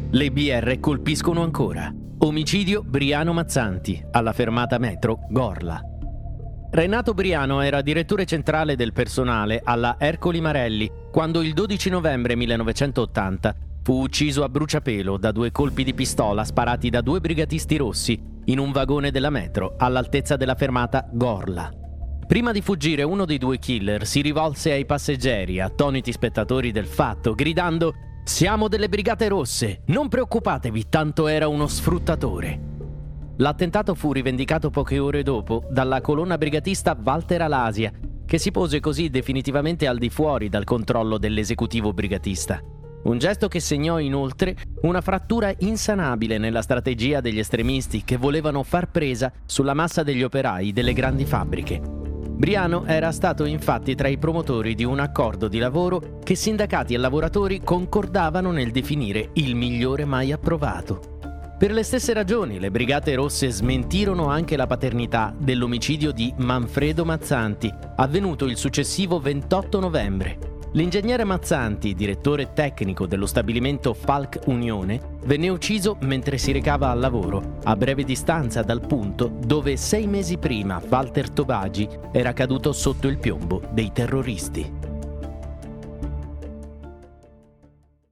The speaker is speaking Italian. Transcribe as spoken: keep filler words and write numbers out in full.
Le B R colpiscono ancora. Omicidio Briano Mazzanti, alla fermata metro Gorla. Renato Briano era direttore centrale del personale alla Ercoli Marelli quando il dodici novembre millenovecentottanta fu ucciso a bruciapelo da due colpi di pistola sparati da due brigatisti rossi in un vagone della metro all'altezza della fermata Gorla. Prima di fuggire, uno dei due killer si rivolse ai passeggeri, attoniti spettatori del fatto, gridando: «Siamo delle Brigate Rosse, non preoccupatevi, tanto era uno sfruttatore». L'attentato fu rivendicato poche ore dopo dalla colonna brigatista Walter Alasia, che si pose così definitivamente al di fuori dal controllo dell'esecutivo brigatista. Un gesto che segnò inoltre una frattura insanabile nella strategia degli estremisti che volevano far presa sulla massa degli operai delle grandi fabbriche. Briano era stato infatti tra i promotori di un accordo di lavoro che sindacati e lavoratori concordavano nel definire il migliore mai approvato. Per le stesse ragioni, le Brigate Rosse smentirono anche la paternità dell'omicidio di Manfredo Mazzanti, avvenuto il successivo ventotto novembre. L'ingegnere Mazzanti, direttore tecnico dello stabilimento Falk Unione, venne ucciso mentre si recava al lavoro, a breve distanza dal punto dove sei mesi prima Walter Tobagi era caduto sotto il piombo dei terroristi.